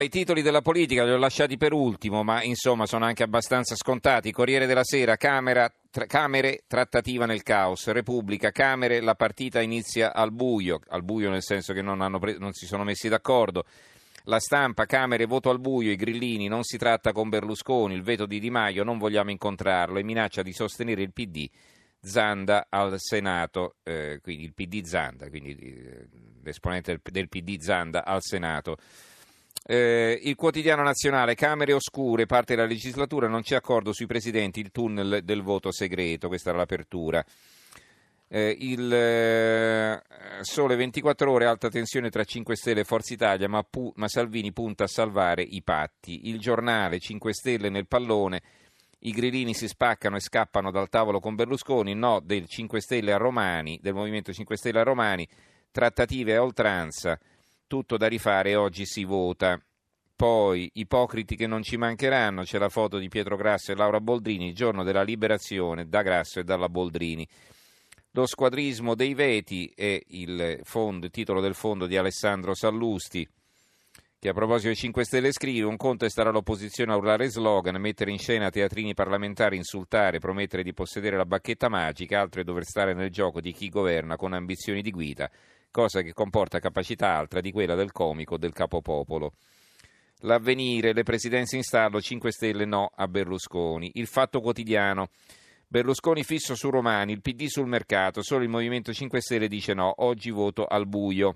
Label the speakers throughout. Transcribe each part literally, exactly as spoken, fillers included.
Speaker 1: I titoli della politica li ho lasciati per ultimo, ma insomma sono anche abbastanza scontati. Corriere della Sera, Camera, tra, Camere, trattativa nel caos. Repubblica, Camere, la partita inizia al buio, al buio nel senso che non, hanno pre- non si sono messi d'accordo. La Stampa, Camere, voto al buio, i grillini, non si tratta con Berlusconi, il veto di Di Maio, non vogliamo incontrarlo e minaccia di sostenere il P D. Zanda al Senato, eh, quindi il P D Zanda, quindi eh, l'esponente del, del P D Zanda al Senato. Eh, il Quotidiano Nazionale, Camere oscure, parte della legislatura, non c'è accordo sui presidenti, il tunnel del voto segreto, questa era l'apertura. Eh, il eh, Sole ventiquattro ore, alta tensione tra cinque Stelle e Forza Italia, ma, pu- ma Salvini punta a salvare i patti. Il Giornale, cinque Stelle nel pallone, i grillini si spaccano e scappano dal tavolo con Berlusconi, no del cinque Stelle a Romani, del Movimento cinque Stelle a Romani, trattative a oltranza. Tutto da rifare, oggi si vota. Poi, ipocriti che non ci mancheranno, c'è la foto di Pietro Grasso e Laura Boldrini, il giorno della liberazione da Grasso e dalla Boldrini. Lo squadrismo dei veti è il, fondo, il titolo del fondo di Alessandro Sallusti, che a proposito dei cinque Stelle scrive: un conto è stare all'opposizione a urlare slogan, mettere in scena teatrini parlamentari, insultare, promettere di possedere la bacchetta magica, altro è dover stare nel gioco di chi governa con ambizioni di guida, cosa che comporta capacità altra di quella del comico del capopopolo. L'Avvenire, le presidenze in stallo, cinque Stelle no a Berlusconi. Il Fatto Quotidiano, Berlusconi fisso su Romani, il P D sul mercato, solo il Movimento cinque Stelle dice no, oggi voto al buio.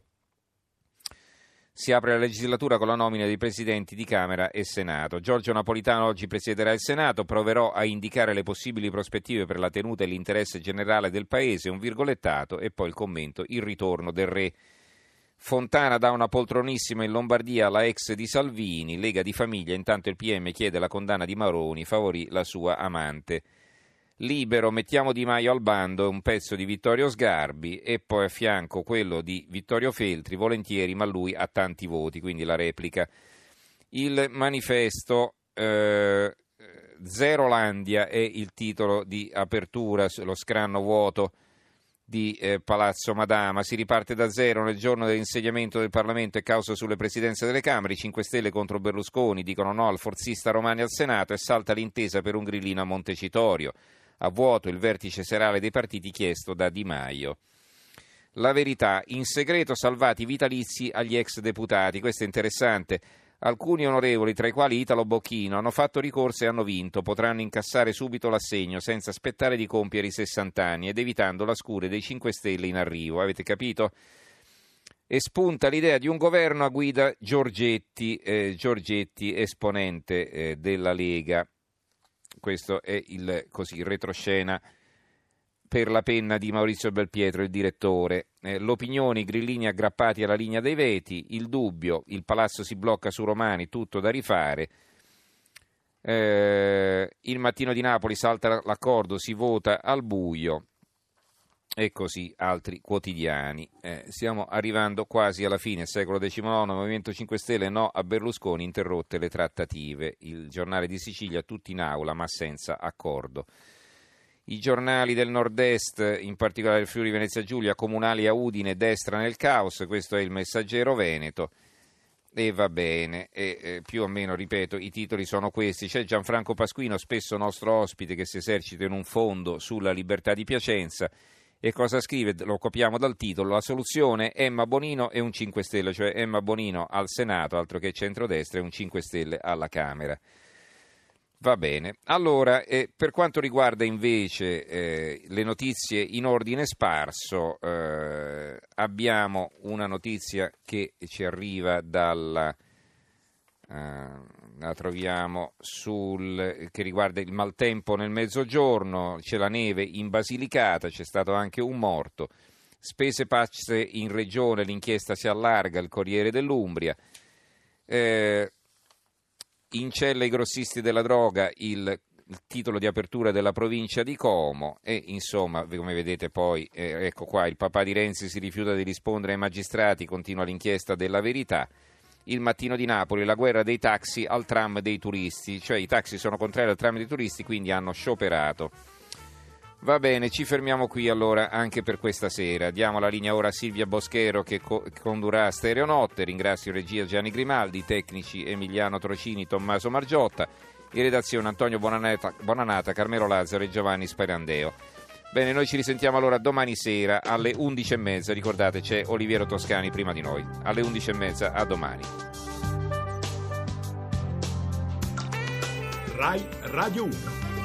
Speaker 1: Si apre la legislatura con la nomina dei presidenti di Camera e Senato. Giorgio Napolitano oggi presiederà il Senato, proverò a indicare le possibili prospettive per la tenuta e l'interesse generale del Paese, un virgolettato e poi il commento, il ritorno del re. Fontana dà una poltronissima in Lombardia alla ex di Salvini, Lega di Famiglia, intanto il P M chiede la condanna di Maroni, favorì la sua amante. Libero, mettiamo Di Maio al bando, un pezzo di Vittorio Sgarbi e poi a fianco quello di Vittorio Feltri, volentieri ma lui ha tanti voti, quindi la replica. Il Manifesto, eh, Zerolandia è il titolo di apertura, lo scranno vuoto di eh, Palazzo Madama, si riparte da zero nel giorno dell'insediamento del Parlamento e causa sulle presidenze delle Camere, i cinque Stelle contro Berlusconi, dicono no al forzista Romani al Senato e salta l'intesa per un grillino a Montecitorio. A vuoto il vertice serale dei partiti chiesto da Di Maio. La Verità, in segreto salvati i vitalizi agli ex deputati, questo è interessante. Alcuni onorevoli, tra i quali Italo Bocchino, hanno fatto ricorso e hanno vinto, potranno incassare subito l'assegno senza aspettare di compiere i sessanta anni ed evitando la scure dei cinque Stelle in arrivo, avete capito? E spunta l'idea di un governo a guida Giorgetti, eh, Giorgetti esponente eh, della Lega. Questo è il, così, il retroscena per la penna di Maurizio Belpietro, il direttore. Eh, l'opinione, i grillini aggrappati alla linea dei veti, il dubbio, il palazzo si blocca su Romani, tutto da rifare. Eh, il Mattino di Napoli salta l'accordo, si vota al buio. E così altri quotidiani. Eh, stiamo arrivando quasi alla fine, secolo diciannove, Movimento cinque Stelle no a Berlusconi, interrotte le trattative. Il Giornale di Sicilia, tutti in aula ma senza accordo. I giornali del nord-est, in particolare il Friuli Venezia Giulia, comunali a Udine, destra nel caos, questo è il Messaggero Veneto. E va bene, e, eh, più o meno, ripeto, i titoli sono questi. C'è Gianfranco Pasquino, spesso nostro ospite, che si esercita in un fondo sulla libertà di Piacenza. E cosa scrive? Lo copiamo dal titolo. La soluzione Emma Bonino e un cinque Stelle, cioè Emma Bonino al Senato, altro che centrodestra, e un cinque Stelle alla Camera. Va bene. Allora, eh, per quanto riguarda invece eh, le notizie in ordine sparso, eh, abbiamo una notizia che ci arriva dalla... Uh, la troviamo sul che riguarda il maltempo nel mezzogiorno, c'è la neve in Basilicata, c'è stato anche un morto, spese pazze in regione, l'inchiesta si allarga, il Corriere dell'Umbria, eh, in cella i grossisti della droga, il, il titolo di apertura della provincia di Como e insomma come vedete poi eh, ecco qua il papà di Renzi si rifiuta di rispondere ai magistrati, continua l'inchiesta della Verità. Il Mattino di Napoli, la guerra dei taxi al tram dei turisti, cioè i taxi sono contrari al tram dei turisti, quindi hanno scioperato. Va bene, ci fermiamo qui allora anche per questa sera. Diamo la linea ora a Silvia Boschero che co- condurrà Stereonotte. Ringrazio regia Gianni Grimaldi, tecnici Emiliano Trocini, Tommaso Margiotta, in redazione Antonio Bonanata, Bonanata, Carmelo Lazzaro e Giovanni Sperandeo. Bene, noi ci risentiamo allora domani sera alle undici e mezza. Ricordate, c'è Oliviero Toscani prima di noi. Alle undici e mezza, a domani.
Speaker 2: Rai Radio uno.